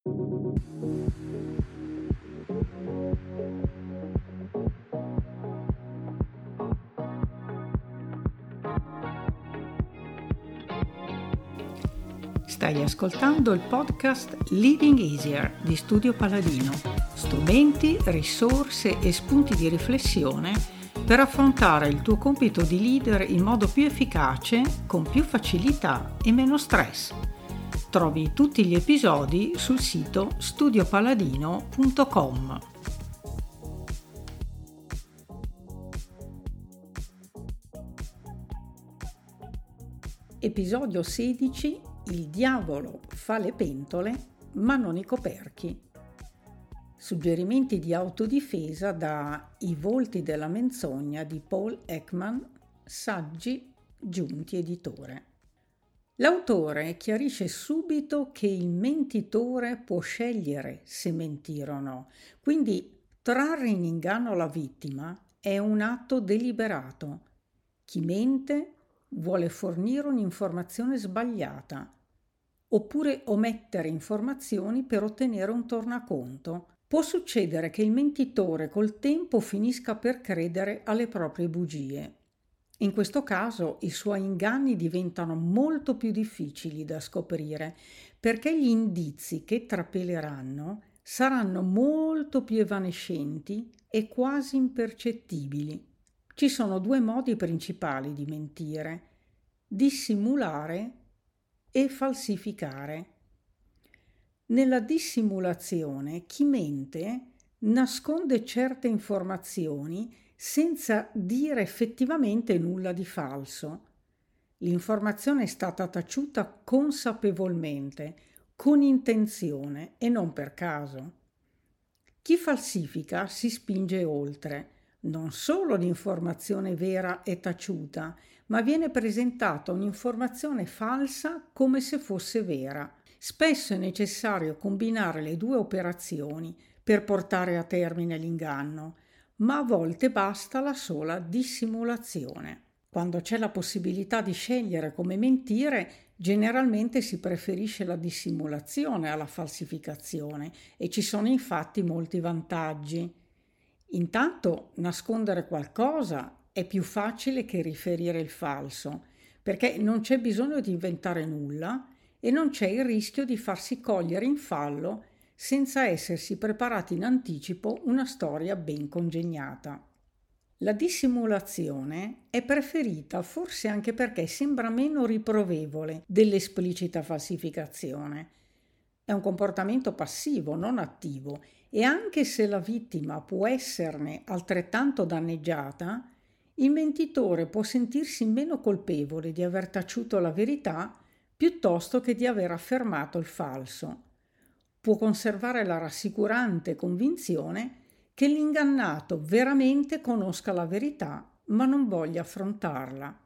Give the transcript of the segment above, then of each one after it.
Stai ascoltando il podcast Living Easier di Studio Paladino. Strumenti, risorse e spunti di riflessione per affrontare il tuo compito di leader in modo più efficace, con più facilità e meno stress. Trovi tutti gli episodi sul sito studiopaladino.com. Episodio 16. Il diavolo fa le pentole, ma non i coperchi. Suggerimenti di autodifesa da I volti della menzogna di Paul Ekman, Saggi Giunti editore. L'autore chiarisce subito che il mentitore può scegliere se mentire o no, quindi trarre in inganno la vittima è un atto deliberato. Chi mente vuole fornire un'informazione sbagliata, oppure omettere informazioni per ottenere un tornaconto. Può succedere che il mentitore col tempo finisca per credere alle proprie bugie. In questo caso i suoi inganni diventano molto più difficili da scoprire, perché gli indizi che trapeleranno saranno molto più evanescenti e quasi impercettibili. Ci sono due modi principali di mentire: dissimulare e falsificare. Nella dissimulazione chi mente nasconde certe informazioni senza dire effettivamente nulla di falso. L'informazione è stata taciuta consapevolmente, con intenzione e non per caso. Chi falsifica si spinge oltre. Non solo l'informazione vera è taciuta, ma viene presentata un'informazione falsa come se fosse vera. Spesso è necessario combinare le due operazioni per portare a termine l'inganno, ma a volte basta la sola dissimulazione. Quando c'è la possibilità di scegliere come mentire, generalmente si preferisce la dissimulazione alla falsificazione e ci sono infatti molti vantaggi. Intanto, nascondere qualcosa è più facile che riferire il falso, perché non c'è bisogno di inventare nulla e non c'è il rischio di farsi cogliere in fallo senza essersi preparati in anticipo una storia ben congegnata. La dissimulazione è preferita forse anche perché sembra meno riprovevole dell'esplicita falsificazione. È un comportamento passivo, non attivo, e anche se la vittima può esserne altrettanto danneggiata, il mentitore può sentirsi meno colpevole di aver taciuto la verità piuttosto che di aver affermato il falso. Può conservare la rassicurante convinzione che l'ingannato veramente conosca la verità ma non voglia affrontarla.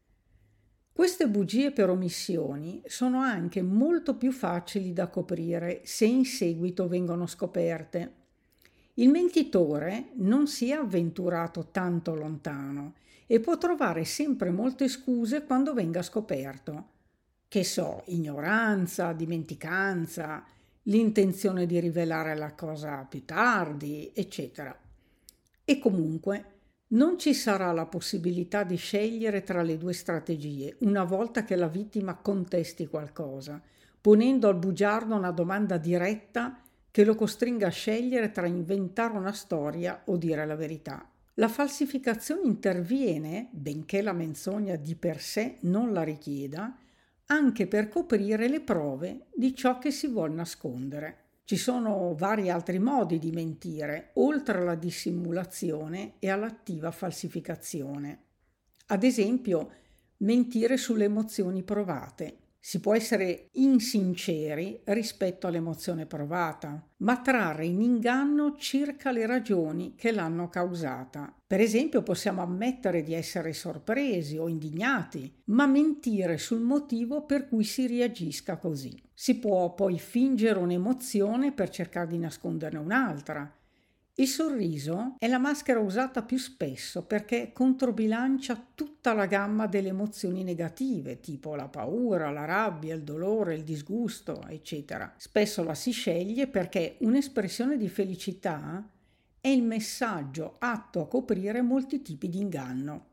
Queste bugie per omissioni sono anche molto più facili da coprire se in seguito vengono scoperte. Il mentitore non si è avventurato tanto lontano e può trovare sempre molte scuse quando venga scoperto. Che so, ignoranza, dimenticanza, l'intenzione di rivelare la cosa più tardi, eccetera. E comunque non ci sarà la possibilità di scegliere tra le due strategie una volta che la vittima contesti qualcosa, ponendo al bugiardo una domanda diretta che lo costringa a scegliere tra inventare una storia o dire la verità. La falsificazione interviene, benché la menzogna di per sé non la richieda, anche per coprire le prove di ciò che si vuol nascondere. Ci sono vari altri modi di mentire, oltre alla dissimulazione e all'attiva falsificazione. Ad esempio, mentire sulle emozioni provate. Si può essere insinceri rispetto all'emozione provata, ma trarre in inganno circa le ragioni che l'hanno causata. Per esempio, possiamo ammettere di essere sorpresi o indignati, ma mentire sul motivo per cui si reagisca così. Si può poi fingere un'emozione per cercare di nasconderne un'altra. Il sorriso è la maschera usata più spesso perché controbilancia tutta la gamma delle emozioni negative, tipo la paura, la rabbia, il dolore, il disgusto, eccetera. Spesso la si sceglie perché un'espressione di felicità è il messaggio atto a coprire molti tipi di inganno,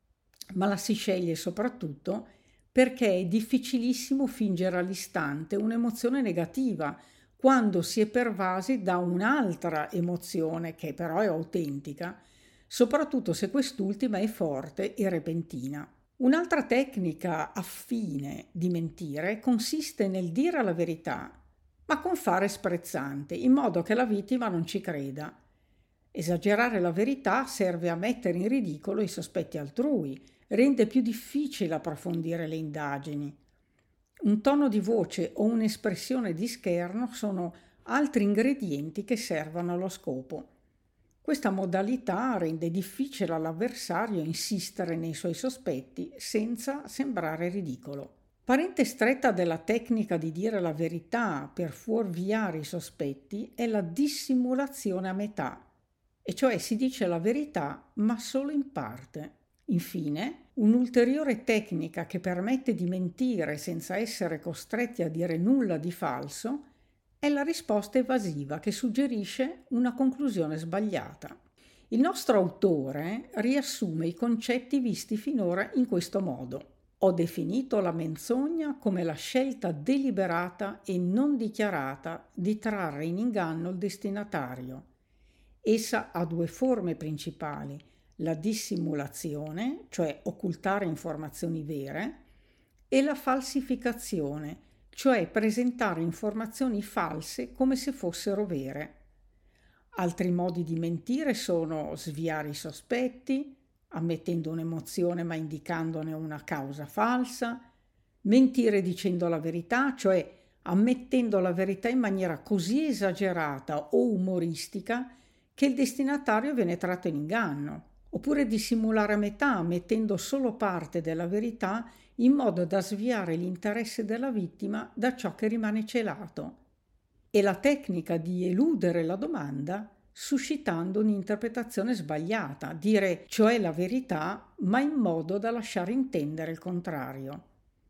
ma la si sceglie soprattutto perché è difficilissimo fingere all'istante un'emozione negativa quando si è pervasi da un'altra emozione che però è autentica, soprattutto se quest'ultima è forte e repentina. Un'altra tecnica affine di mentire consiste nel dire la verità, ma con fare sprezzante, in modo che la vittima non ci creda. Esagerare la verità serve a mettere in ridicolo i sospetti altrui, rende più difficile approfondire le indagini. Un tono di voce o un'espressione di scherno sono altri ingredienti che servono allo scopo. Questa modalità rende difficile all'avversario insistere nei suoi sospetti senza sembrare ridicolo. Parente stretta della tecnica di dire la verità per fuorviare i sospetti è la dissimulazione a metà, e cioè si dice la verità ma solo in parte. Infine, un'ulteriore tecnica che permette di mentire senza essere costretti a dire nulla di falso è la risposta evasiva che suggerisce una conclusione sbagliata. Il nostro autore riassume i concetti visti finora in questo modo. Ho definito la menzogna come la scelta deliberata e non dichiarata di trarre in inganno il destinatario. Essa ha due forme principali: la dissimulazione, cioè occultare informazioni vere, e la falsificazione, cioè presentare informazioni false come se fossero vere. Altri modi di mentire sono sviare i sospetti, ammettendo un'emozione ma indicandone una causa falsa, mentire dicendo la verità, cioè ammettendo la verità in maniera così esagerata o umoristica che il destinatario viene tratto in inganno, oppure dissimulare a metà, ammettendo solo parte della verità in modo da sviare l'interesse della vittima da ciò che rimane celato, e la tecnica di eludere la domanda suscitando un'interpretazione sbagliata, dire cioè la verità ma in modo da lasciare intendere il contrario.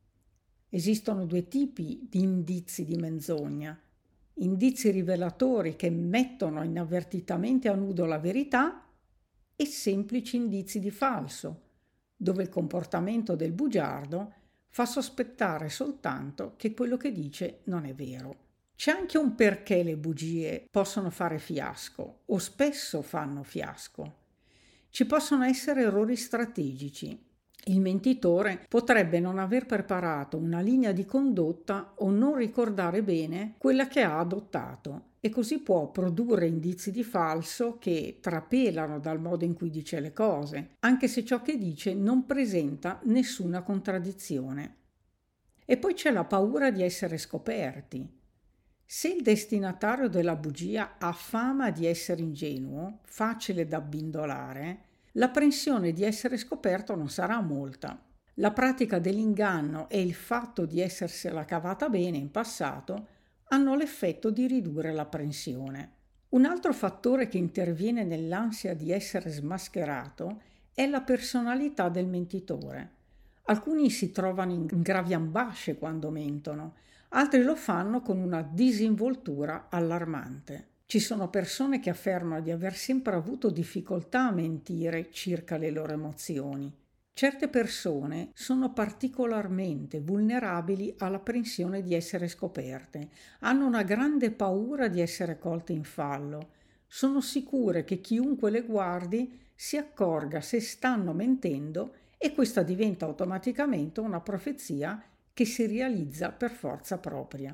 Esistono due tipi di indizi di menzogna: indizi rivelatori che mettono inavvertitamente a nudo la verità e semplici indizi di falso, dove il comportamento del bugiardo fa sospettare soltanto che quello che dice non è vero. C'è anche un perché le bugie possono fare fiasco o spesso fanno fiasco. Ci possono essere errori strategici. Il mentitore potrebbe non aver preparato una linea di condotta o non ricordare bene quella che ha adottato, e così può produrre indizi di falso che trapelano dal modo in cui dice le cose, anche se ciò che dice non presenta nessuna contraddizione. E poi c'è la paura di essere scoperti. Se il destinatario della bugia ha fama di essere ingenuo, facile da abbindolare, l'apprensione di essere scoperto non sarà molta. La pratica dell'inganno e il fatto di essersela cavata bene in passato hanno l'effetto di ridurre l'apprensione. Un altro fattore che interviene nell'ansia di essere smascherato è la personalità del mentitore. Alcuni si trovano in gravi ambasce quando mentono, altri lo fanno con una disinvoltura allarmante. Ci sono persone che affermano di aver sempre avuto difficoltà a mentire circa le loro emozioni. Certe persone sono particolarmente vulnerabili all'apprensione di essere scoperte, hanno una grande paura di essere colte in fallo, sono sicure che chiunque le guardi si accorga se stanno mentendo e questa diventa automaticamente una profezia che si realizza per forza propria.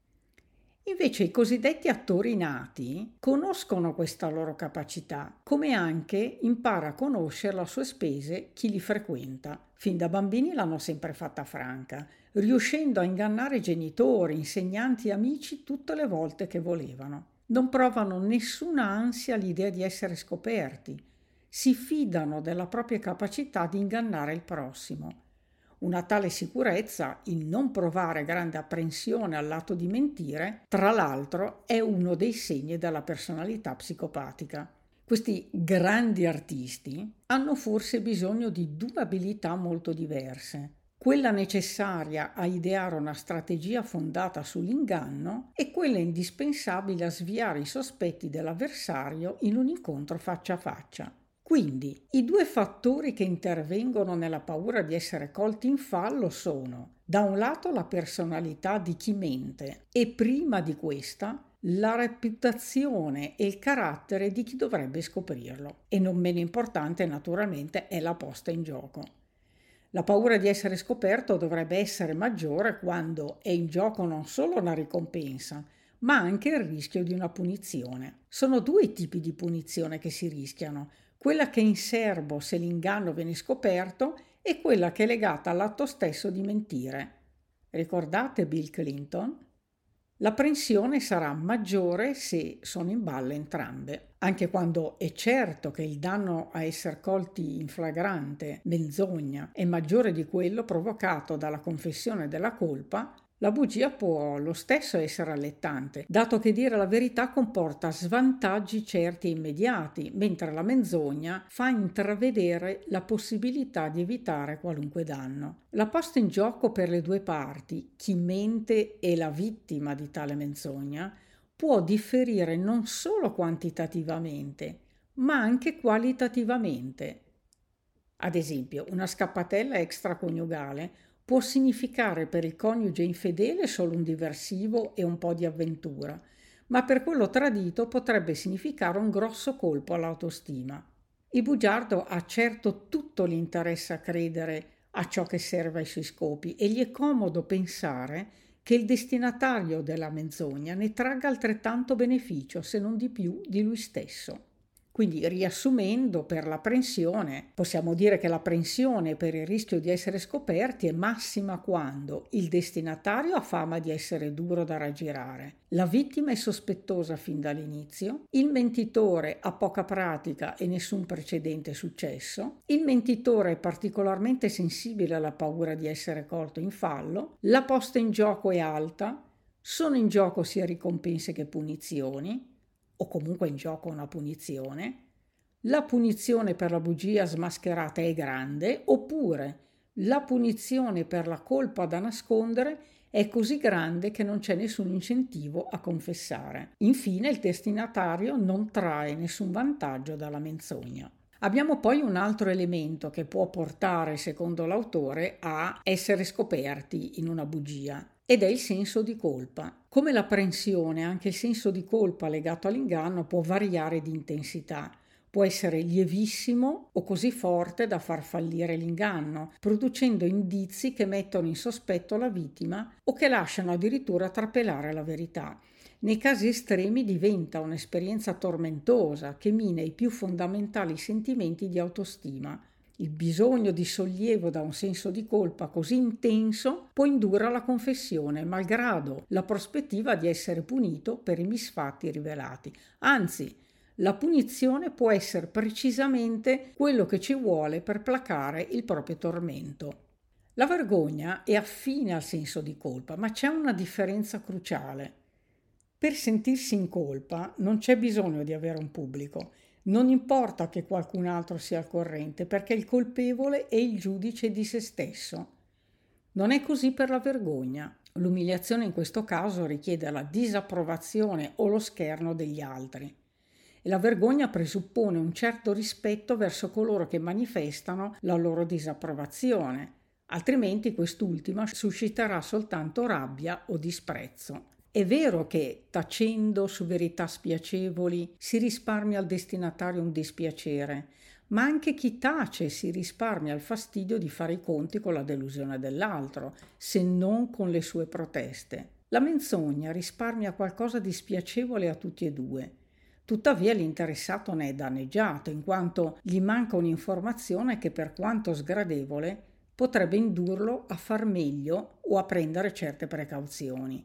Invece i cosiddetti attori nati conoscono questa loro capacità, come anche impara a conoscerla a sue spese chi li frequenta. Fin da bambini l'hanno sempre fatta franca, riuscendo a ingannare genitori, insegnanti e amici tutte le volte che volevano. Non provano nessuna ansia all'idea di essere scoperti, si fidano della propria capacità di ingannare il prossimo. Una tale sicurezza, il non provare grande apprensione all'atto di mentire, tra l'altro è uno dei segni della personalità psicopatica. Questi grandi artisti hanno forse bisogno di due abilità molto diverse. Quella necessaria a ideare una strategia fondata sull'inganno e quella indispensabile a sviare i sospetti dell'avversario in un incontro faccia a faccia. Quindi, i due fattori che intervengono nella paura di essere colti in fallo sono, da un lato, la personalità di chi mente e prima di questa, la reputazione e il carattere di chi dovrebbe scoprirlo. E non meno importante, naturalmente, è la posta in gioco. La paura di essere scoperto dovrebbe essere maggiore quando è in gioco non solo una ricompensa, ma anche il rischio di una punizione. Sono due i tipi di punizione che si rischiano, quella che è in serbo se l'inganno viene scoperto e quella che è legata all'atto stesso di mentire. Ricordate Bill Clinton? L'apprensione sarà maggiore se sono in ballo entrambe, anche quando è certo che il danno a essere colti in flagrante menzogna è maggiore di quello provocato dalla confessione della colpa. La bugia può lo stesso essere allettante, dato che dire la verità comporta svantaggi certi e immediati, mentre la menzogna fa intravedere la possibilità di evitare qualunque danno. La posta in gioco per le due parti, chi mente e la vittima di tale menzogna, può differire non solo quantitativamente, ma anche qualitativamente. Ad esempio, una scappatella extraconiugale può significare per il coniuge infedele solo un diversivo e un po' di avventura, ma per quello tradito potrebbe significare un grosso colpo all'autostima. Il bugiardo ha certo tutto l'interesse a credere a ciò che serve ai suoi scopi e gli è comodo pensare che il destinatario della menzogna ne tragga altrettanto beneficio, se non di più, di lui stesso. Quindi, riassumendo, per l'apprensione, possiamo dire che l'apprensione per il rischio di essere scoperti è massima quando il destinatario ha fama di essere duro da raggirare, la vittima è sospettosa fin dall'inizio, il mentitore ha poca pratica e nessun precedente successo, il mentitore è particolarmente sensibile alla paura di essere colto in fallo, la posta in gioco è alta, sono in gioco sia ricompense che punizioni, o comunque in gioco una punizione, la punizione per la bugia smascherata è grande, oppure la punizione per la colpa da nascondere è così grande che non c'è nessun incentivo a confessare. Infine, il destinatario non trae nessun vantaggio dalla menzogna. Abbiamo poi un altro elemento che può portare, secondo l'autore, a essere scoperti in una bugia, ed è il senso di colpa. Come l'apprensione, anche il senso di colpa legato all'inganno può variare di intensità. Può essere lievissimo o così forte da far fallire l'inganno, producendo indizi che mettono in sospetto la vittima o che lasciano addirittura trapelare la verità. Nei casi estremi diventa un'esperienza tormentosa che mina i più fondamentali sentimenti di autostima. Il bisogno di sollievo da un senso di colpa così intenso può indurre alla confessione, malgrado la prospettiva di essere punito per i misfatti rivelati. Anzi, la punizione può essere precisamente quello che ci vuole per placare il proprio tormento. La vergogna è affine al senso di colpa, ma c'è una differenza cruciale. Per sentirsi in colpa non c'è bisogno di avere un pubblico. Non importa che qualcun altro sia al corrente, perché il colpevole è il giudice di se stesso. Non è così per la vergogna. L'umiliazione in questo caso richiede la disapprovazione o lo scherno degli altri. E la vergogna presuppone un certo rispetto verso coloro che manifestano la loro disapprovazione, altrimenti quest'ultima susciterà soltanto rabbia o disprezzo. È vero che, tacendo su verità spiacevoli, si risparmia al destinatario un dispiacere, ma anche chi tace si risparmia il fastidio di fare i conti con la delusione dell'altro, se non con le sue proteste. La menzogna risparmia qualcosa di spiacevole a tutti e due. Tuttavia l'interessato ne è danneggiato, in quanto gli manca un'informazione che, per quanto sgradevole, potrebbe indurlo a far meglio o a prendere certe precauzioni.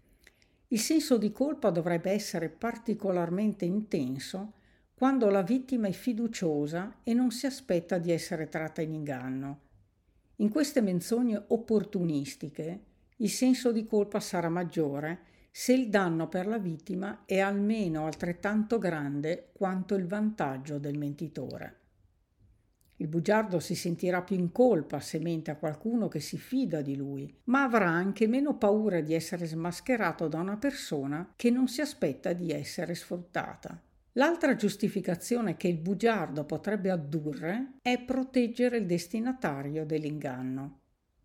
Il senso di colpa dovrebbe essere particolarmente intenso quando la vittima è fiduciosa e non si aspetta di essere tratta in inganno. In queste menzogne opportunistiche il senso di colpa sarà maggiore se il danno per la vittima è almeno altrettanto grande quanto il vantaggio del mentitore. Il bugiardo si sentirà più in colpa se mente a qualcuno che si fida di lui, ma avrà anche meno paura di essere smascherato da una persona che non si aspetta di essere sfruttata. L'altra giustificazione che il bugiardo potrebbe addurre è proteggere il destinatario dell'inganno.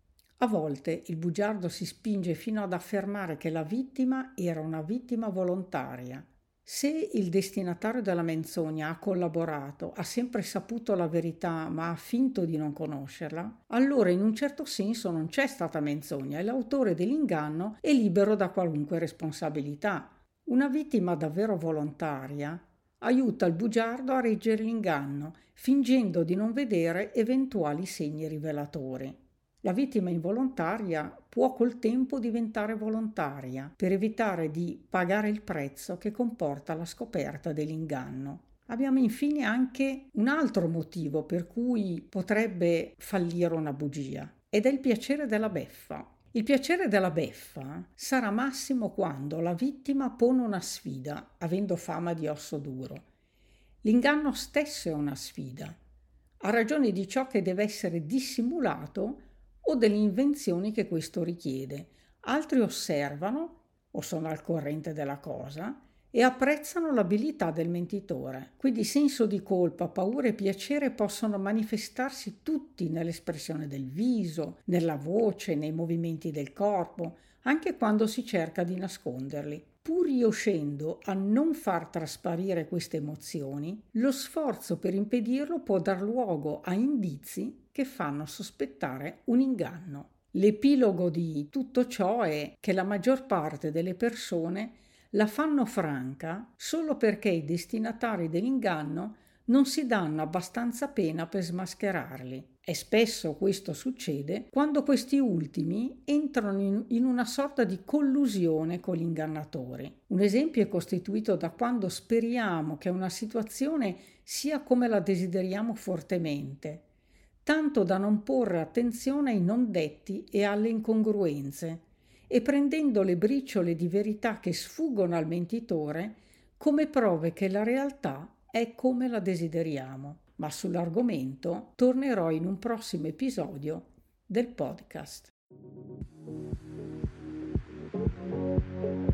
A volte il bugiardo si spinge fino ad affermare che la vittima era una vittima volontaria. Se il destinatario della menzogna ha collaborato, ha sempre saputo la verità ma ha finto di non conoscerla, allora in un certo senso non c'è stata menzogna e l'autore dell'inganno è libero da qualunque responsabilità. Una vittima davvero volontaria aiuta il bugiardo a reggere l'inganno, fingendo di non vedere eventuali segni rivelatori. La vittima involontaria può col tempo diventare volontaria per evitare di pagare il prezzo che comporta la scoperta dell'inganno. Abbiamo infine anche un altro motivo per cui potrebbe fallire una bugia ed è il piacere della beffa. Il piacere della beffa sarà massimo quando la vittima pone una sfida, avendo fama di osso duro. L'inganno stesso è una sfida, a ragione di ciò che deve essere dissimulato o delle invenzioni che questo richiede. Altri osservano o sono al corrente della cosa e apprezzano l'abilità del mentitore. Quindi senso di colpa, paura e piacere possono manifestarsi tutti nell'espressione del viso, nella voce, nei movimenti del corpo, anche quando si cerca di nasconderli. Pur riuscendo a non far trasparire queste emozioni, lo sforzo per impedirlo può dar luogo a indizi che fanno sospettare un inganno. L'epilogo di tutto ciò è che la maggior parte delle persone la fanno franca solo perché i destinatari dell'inganno non si danno abbastanza pena per smascherarli. E spesso questo succede quando questi ultimi entrano in una sorta di collusione con gli ingannatori. Un esempio è costituito da quando speriamo che una situazione sia come la desideriamo fortemente, tanto da non porre attenzione ai non detti e alle incongruenze, e prendendo le briciole di verità che sfuggono al mentitore come prove che la realtà è come la desideriamo. Ma sull'argomento tornerò in un prossimo episodio del podcast.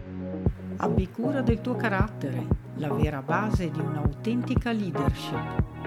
Abbi cura del tuo carattere, la vera base di un'autentica leadership.